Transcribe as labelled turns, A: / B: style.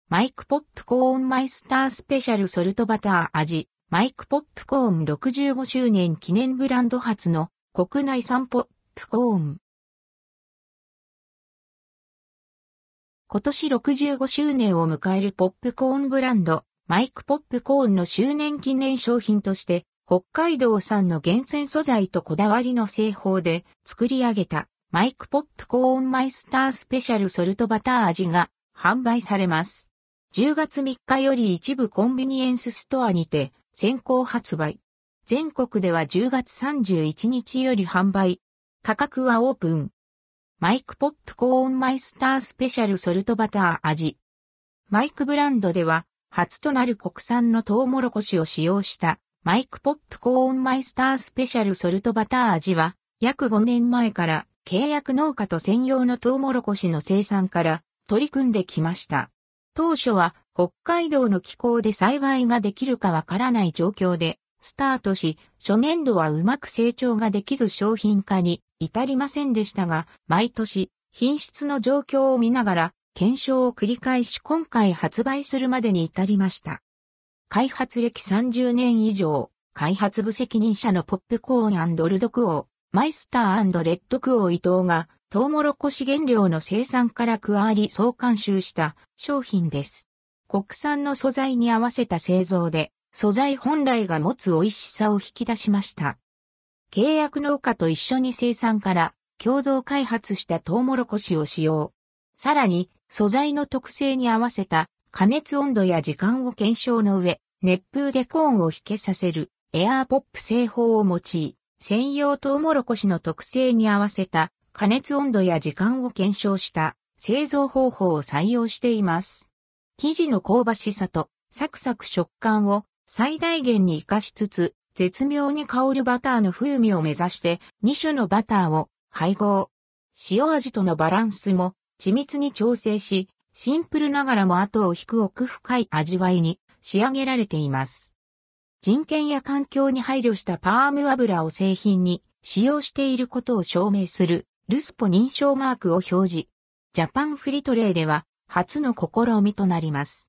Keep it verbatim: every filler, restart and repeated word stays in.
A: マイクポップコーンマイスタースペシャルソルトバター味、マイクポップコーンろくじゅうごしゅうねん記念ブランド初の国内産ポップコーン。今年ろくじゅうごしゅうねんを迎えるポップコーンブランド、マイクポップコーンの周年記念商品として、北海道産の厳選素材とこだわりの製法で作り上げたマイクポップコーンマイスタースペシャルソルトバター味が販売されます。じゅうがつみっかより一部コンビニエンスストアにて先行発売。全国ではじゅうがつさんじゅういちにちより販売。価格はオープン。マイクポップコーンマイスタースペシャルソルトバター味。マイクブランドでは初となる国産のトウモロコシを使用したマイクポップコーンマイスタースペシャルソルトバター味は約ごねんまえから契約農家と専用のトウモロコシの生産から取り組んできました。当初は北海道の気候で栽培ができるかわからない状況でスタートし、初年度はうまく成長ができず商品化に至りませんでしたが、毎年品質の状況を見ながら検証を繰り返し今回発売するまでに至りました。開発歴さんじゅうねん以上、開発部責任者のポップコーン&ルドクオー、マイスター&レッドクオー伊藤がトウモロコシ原料の生産から加わり総監修した商品です。国産の素材に合わせた製造で、素材本来が持つ美味しさを引き出しました。契約農家と一緒に生産から共同開発したトウモロコシを使用。さらに素材の特性に合わせた加熱温度や時間を検証の上、熱風でコーンを引けさせるエアーポップ製法を用い、専用トウモロコシの特性に合わせた加熱温度や時間を検証した製造方法を採用しています。生地の香ばしさとサクサク食感を最大限に活かしつつ、絶妙に香るバターの風味を目指してに種のバターを配合。塩味とのバランスも緻密に調整し、シンプルながらも後を引く奥深い味わいに仕上げられています。人権や環境に配慮したパーム油を製品に使用していることを証明するルスポ認証マークを表示。ジャパンフリトレーでは初の試みとなります。